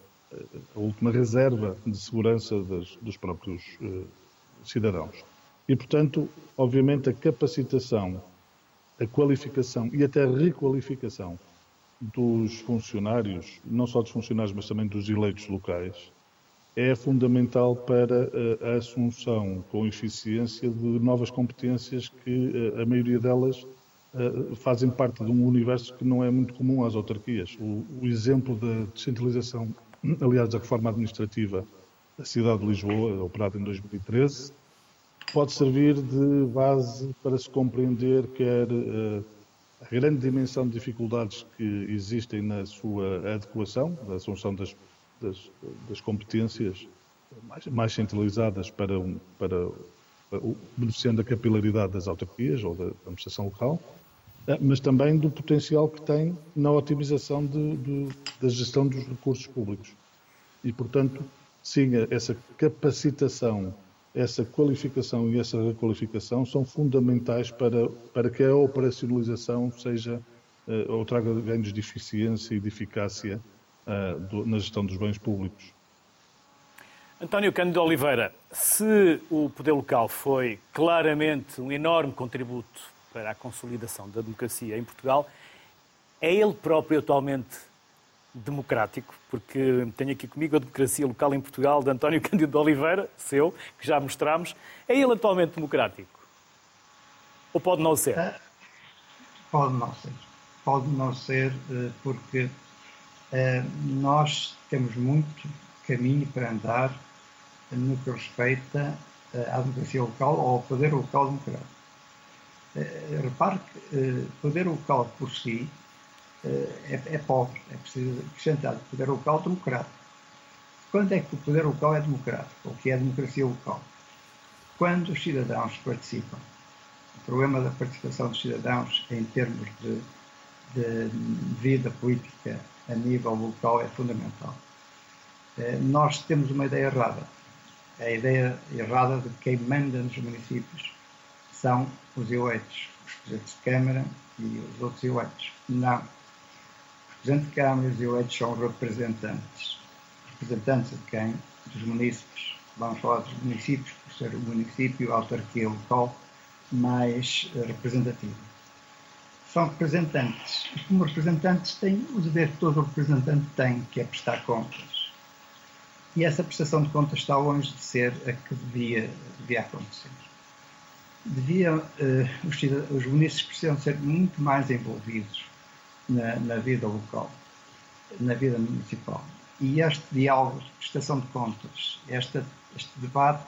reserva de segurança dos próprios cidadãos. E, portanto, obviamente, a capacitação, a qualificação e até a requalificação dos funcionários, não só dos funcionários, mas também dos eleitos locais, é fundamental para a assunção com eficiência de novas competências que a maioria delas fazem parte de um universo que não é muito comum às autarquias. O exemplo da descentralização, aliás, da reforma administrativa da cidade de Lisboa, operada em 2013, pode servir de base para se compreender quer a grande dimensão de dificuldades que existem na sua adequação, da assunção das competências mais centralizadas beneficiando da capilaridade das autarquias ou da administração local, mas também do potencial que tem na otimização da gestão dos recursos públicos. E, portanto, sim, essa capacitação, essa qualificação e essa requalificação são fundamentais para que a operacionalização seja ou traga ganhos de eficiência e de eficácia na gestão dos bens públicos. António Cândido Oliveira, se o poder local foi claramente um enorme contributo para a consolidação da democracia em Portugal, é ele próprio atualmente democrático? Porque tenho aqui comigo a democracia local em Portugal de António Cândido Oliveira, seu, que já mostramos. É ele atualmente democrático? Ou pode não ser? Pode não ser. Pode não ser porque nós temos muito caminho para andar no que respeita à democracia local ou ao poder local democrático. Repare que o poder local por si é pobre, é preciso acrescentar o poder local democrático. Quando é que o poder local é democrático? O que é a democracia local? Quando os cidadãos participam. O problema da participação dos cidadãos em termos de vida política a nível local é fundamental. Nós temos uma ideia errada. A ideia errada de quem manda nos municípios são os eleitos, os presidentes de Câmara e os outros eleitos. Não. Os presidentes de Câmara e os eleitos são representantes. Representantes de quem? Dos municípios. Vamos falar dos municípios, por ser o município, a autarquia local mais representativa. São representantes. E como representantes têm o dever que todo representante tem, que é prestar contas. E essa prestação de contas está longe de ser a que devia acontecer. Os municípios precisam ser muito mais envolvidos na vida local, na vida municipal. E este diálogo de prestação de contas, este debate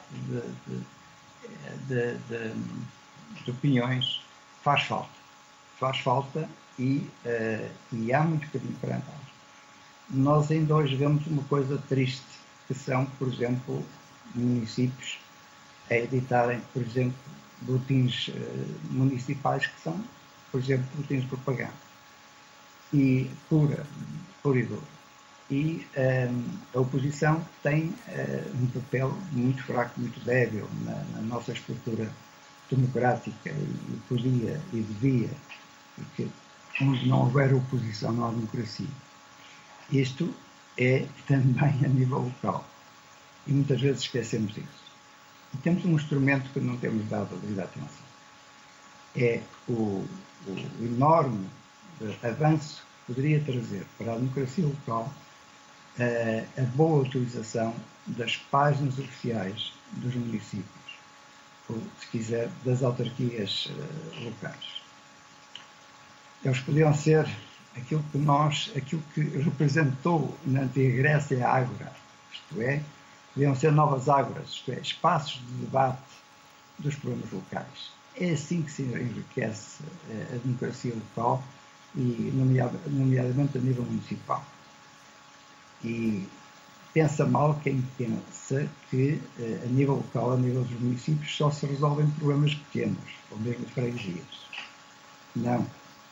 de opiniões faz falta. Faz falta e há muito caminho para andar. Nós ainda hoje vemos uma coisa triste, que são, por exemplo, municípios a editarem, por exemplo, boletins municipais que são, por exemplo, boletins de propaganda. E pura e dura. E a oposição tem um papel muito fraco, muito débil na nossa estrutura democrática e podia e devia, porque onde não houver oposição não há democracia. Isto é também a nível local. E muitas vezes esquecemos isso. E temos um instrumento que não temos dado a devida atenção. é o enorme avanço que poderia trazer para a democracia local a boa utilização das páginas oficiais dos municípios, ou, se quiser, das autarquias locais. Eles podiam ser aquilo que representou na antiga Grécia a ágora, isto é, podiam ser novas ágoras, isto é, espaços de debate dos problemas locais. É assim que se enriquece a democracia local, e nomeadamente a nível municipal. E pensa mal quem pensa que a nível local, a nível dos municípios, só se resolvem problemas pequenos, ou mesmo freguesias. Não.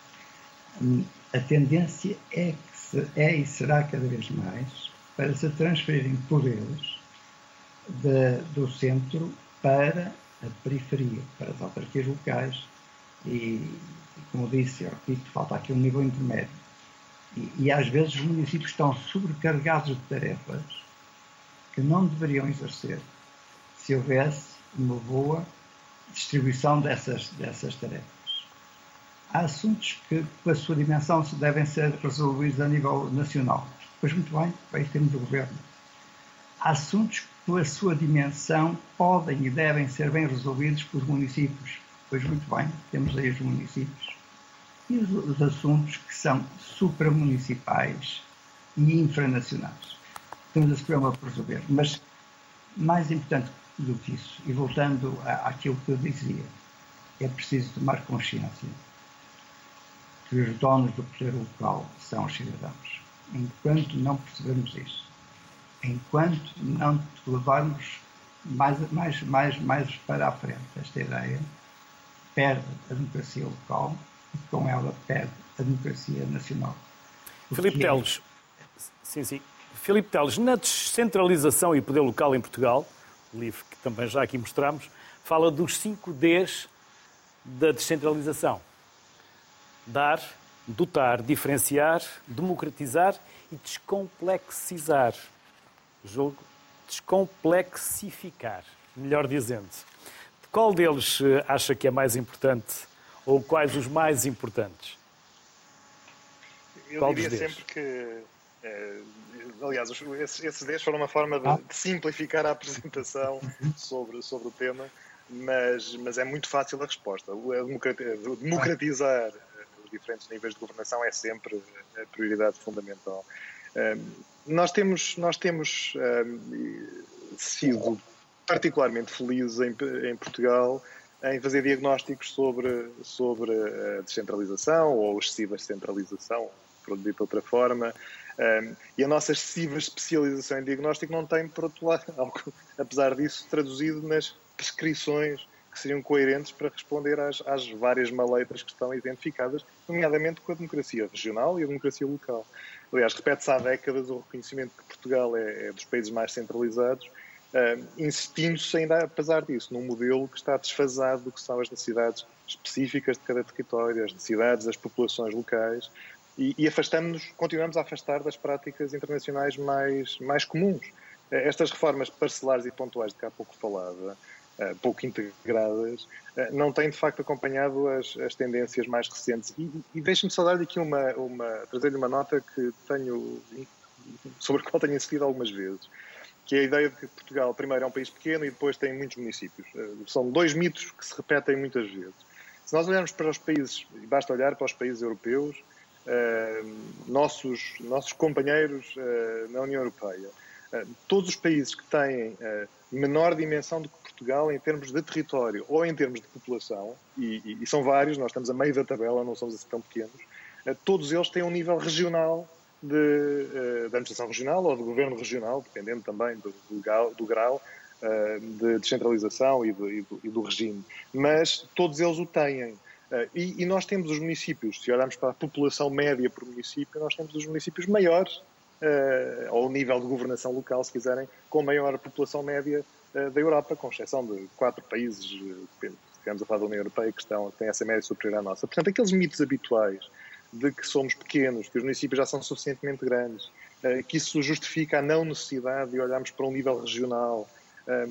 A tendência é e será cada vez mais para se transferirem poderes do centro para a periferia, para as autarquias locais e como disse, eu repito, falta aqui um nível intermédio. E às vezes os municípios estão sobrecarregados de tarefas que não deveriam exercer se houvesse uma boa distribuição dessas tarefas. Há assuntos que, pela sua dimensão, devem ser resolvidos a nível nacional. Pois muito bem, aí temos o governo. Há assuntos que, pela sua dimensão, podem e devem ser bem resolvidos pelos municípios. Pois muito bem, temos aí os municípios. E os assuntos que são supramunicipais e infranacionais. Temos esse problema por resolver. Mas, mais importante do que isso, e voltando àquilo que eu dizia, é preciso tomar consciência que os donos do poder local são os cidadãos. Enquanto não percebermos isso, enquanto não levarmos mais para a frente esta ideia, perde a democracia local e com ela perde a democracia nacional. Filipe Teles, Filipe Teles, na descentralização e poder local em Portugal, o livro que também já aqui mostramos, fala dos 5 Ds da descentralização. Dar, dotar, diferenciar, democratizar e descomplexizar. Julgo, descomplexificar, melhor dizendo. Qual deles acha que é mais importante ou quais os mais importantes? Eu diria sempre que, aliás, esses Ds foram uma forma de simplificar a apresentação sobre o tema, mas é muito fácil a resposta. Democratizar os diferentes níveis de governação é sempre a prioridade fundamental. Nós temos sido particularmente felizes em Portugal em fazer diagnósticos sobre a descentralização ou excessiva descentralização, por dizer de outra forma, e a nossa excessiva especialização em diagnóstico não tem, por outro lado, algo, apesar disso, traduzido nas prescrições que seriam coerentes para responder às várias maleitas que estão identificadas, nomeadamente com a democracia regional e a democracia local. Aliás, repete-se há décadas o reconhecimento que Portugal é dos países mais centralizados, insistindo-se ainda, apesar disso, num modelo que está desfasado do que são as necessidades específicas de cada território, as necessidades das populações locais, e continuamos a afastar das práticas internacionais mais comuns. Estas reformas parcelares e pontuais de que há pouco falava, pouco integradas, não têm de facto acompanhado as tendências mais recentes. E deixe-me só dar-lhe aqui trazer-lhe uma nota sobre a qual tenho insistido algumas vezes, que é a ideia de que Portugal, primeiro, é um país pequeno e depois tem muitos municípios. São 2 mitos que se repetem muitas vezes. Se nós olharmos para os países, basta olhar para os países europeus, nossos companheiros na União Europeia, todos os países que têm menor dimensão do que Portugal em termos de território ou em termos de população, e são vários, nós estamos a meio da tabela, não somos assim tão pequenos, todos eles têm um nível regional da administração regional ou do governo regional, dependendo também do grau de descentralização e do regime. Mas todos eles o têm. E nós temos os municípios, se olharmos para a população média por município, nós temos os municípios maiores, ou o nível de governação local, se quiserem, com a maior população média da Europa, com exceção de 4 países, ficamos a falar da União Europeia, que têm essa média superior à nossa. Portanto, aqueles mitos habituais de que somos pequenos, que os municípios já são suficientemente grandes, que isso justifica a não necessidade de olharmos para um nível regional,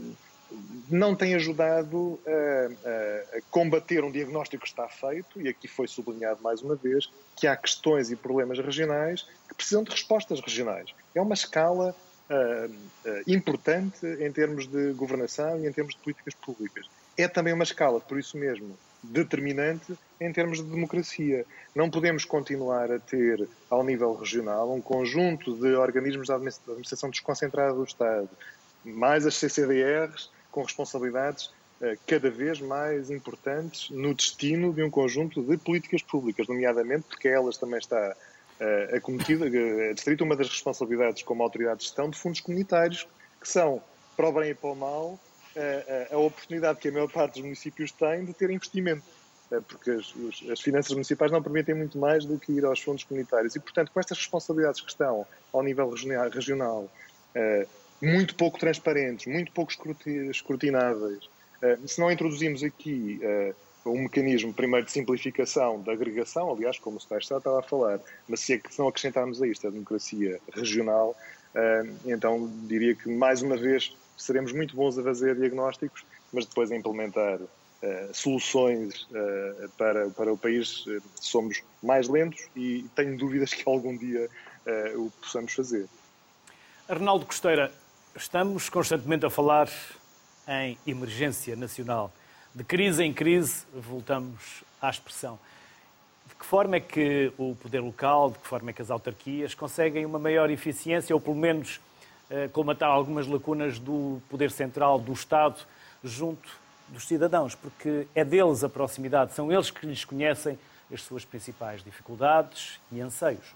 não tem ajudado a combater um diagnóstico que está feito, e aqui foi sublinhado mais uma vez, que há questões e problemas regionais que precisam de respostas regionais. É uma escala importante em termos de governação e em termos de políticas públicas. É também uma escala, por isso mesmo, determinante em termos de democracia. Não podemos continuar a ter, ao nível regional, um conjunto de organismos de administração desconcentrada do Estado, mais as CCDRs, com responsabilidades cada vez mais importantes no destino de um conjunto de políticas públicas, nomeadamente porque elas também está distrito uma das responsabilidades como autoridade de gestão de fundos comunitários, que são, para o bem e para o mal, a oportunidade que a maior parte dos municípios tem de ter investimento, porque as finanças municipais não permitem muito mais do que ir aos fundos comunitários. E, portanto, com estas responsabilidades que estão ao nível regional, muito pouco transparentes, muito pouco escrutináveis, se não introduzimos aqui um mecanismo, primeiro, de simplificação, de agregação, aliás, como o Sr. estava a falar, mas se não acrescentarmos a isto a democracia regional, então diria que, mais uma vez, seremos muito bons a fazer diagnósticos, mas depois a implementar soluções para o país somos mais lentos, e tenho dúvidas que algum dia o possamos fazer. Arnaldo Costeira, estamos constantemente a falar em emergência nacional. De crise em crise, voltamos à expressão. De que forma é que o poder local, de que forma é que as autarquias conseguem uma maior eficiência, ou pelo menos colmatar algumas lacunas do poder central, do Estado, junto dos cidadãos? Porque é deles a proximidade, são eles que lhes conhecem as suas principais dificuldades e anseios.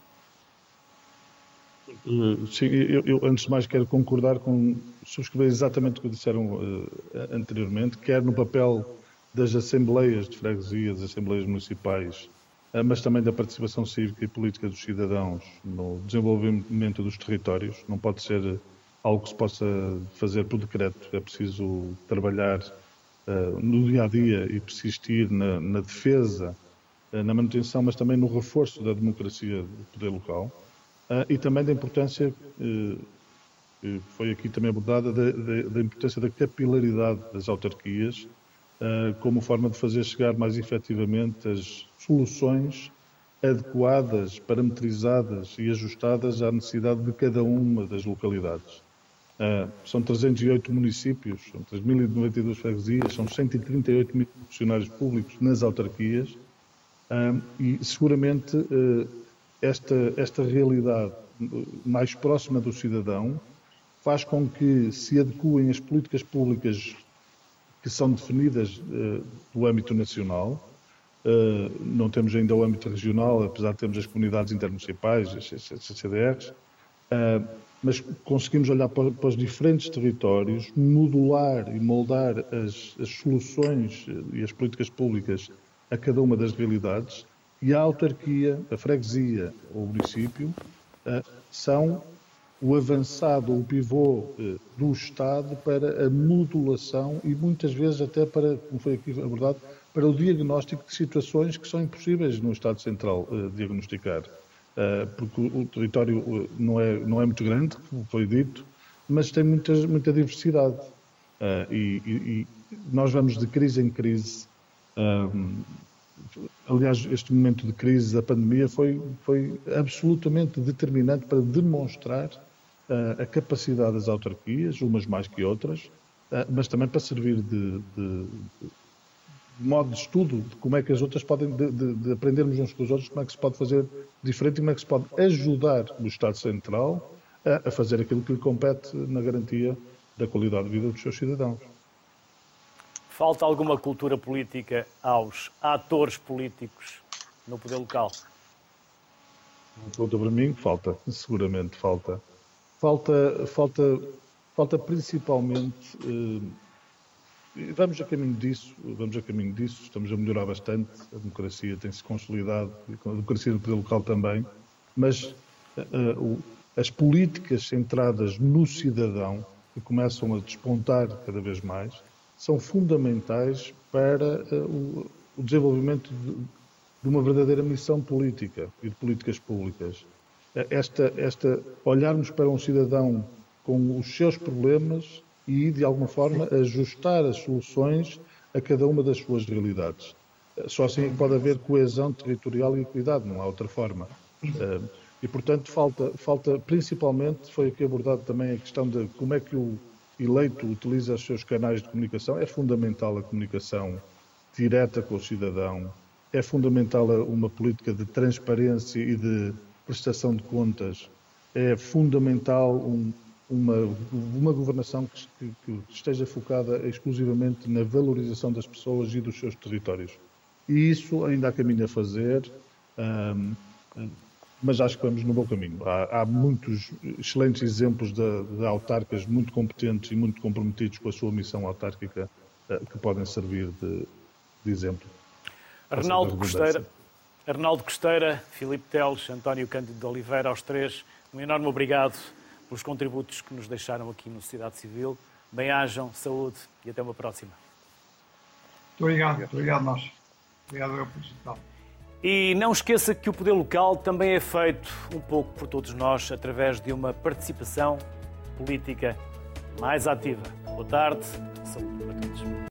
Sim, eu antes de mais quero concordar subscrever exatamente o que disseram anteriormente, quer no papel das assembleias de freguesias, das assembleias municipais, mas também da participação cívica e política dos cidadãos no desenvolvimento dos territórios. Não pode ser algo que se possa fazer por decreto, é preciso trabalhar no dia-a-dia e persistir na defesa, na manutenção, mas também no reforço da democracia do poder local. E também da importância, que foi aqui também abordada, da importância da capilaridade das autarquias como forma de fazer chegar mais efetivamente as soluções adequadas, parametrizadas e ajustadas à necessidade de cada uma das localidades. São 308 municípios, são 3.092 freguesias, são 138 mil funcionários públicos nas autarquias e seguramente esta realidade mais próxima do cidadão faz com que se adequem as políticas públicas que são definidas do âmbito nacional. Não temos ainda o âmbito regional, apesar de termos as comunidades intermunicipais, as CCDRs, mas conseguimos olhar para os diferentes territórios, modular e moldar as soluções e as políticas públicas a cada uma das realidades. E a autarquia, a freguesia ou o município são o avançado, o pivô do Estado para a modulação e muitas vezes até para, como foi aqui abordado, para o diagnóstico de situações que são impossíveis no Estado Central diagnosticar. Porque o território não é muito grande, como foi dito, mas tem muita diversidade. E nós vamos de crise em crise. Aliás, este momento de crise da pandemia foi absolutamente determinante para demonstrar a capacidade das autarquias, umas mais que outras, mas também para servir de modo de estudo de como é que as outras podem, de aprendermos uns com os outros, como é que se pode fazer diferente e como é que se pode ajudar o Estado Central a fazer aquilo que lhe compete na garantia da qualidade de vida dos seus cidadãos. Falta alguma cultura política aos atores políticos no poder local? Falta para mim, seguramente falta. Falta principalmente, vamos a caminho disso, estamos a melhorar bastante, a democracia tem-se consolidado, a democracia no poder local também, mas as políticas centradas no cidadão, que começam a despontar cada vez mais, são fundamentais para o desenvolvimento de uma verdadeira missão política e de políticas públicas. Olharmos para um cidadão com os seus problemas e, de alguma forma, ajustar as soluções a cada uma das suas realidades. Só assim é que pode haver coesão territorial e equidade, não há outra forma. E, portanto, falta principalmente, foi aqui abordado também a questão de como é que o eleito utiliza os seus canais de comunicação. É fundamental a comunicação direta com o cidadão, é fundamental uma política de transparência e de prestação de contas, é fundamental uma governação que esteja focada exclusivamente na valorização das pessoas e dos seus territórios. E isso ainda há caminho a fazer, mas acho que vamos no bom caminho. Há muitos excelentes exemplos de autarcas muito competentes e muito comprometidos com a sua missão autárquica que podem servir de exemplo. Arnaldo Costeira, Filipe Teles, António Cândido de Oliveira, aos três, um enorme obrigado pelos contributos que nos deixaram aqui no Sociedade Civil. Bem-ajam, saúde e até uma próxima. Muito obrigado nós. Obrigado eu por isso. E não esqueça que o poder local também é feito um pouco por todos nós através de uma participação política mais ativa. Boa tarde, saúde para todos.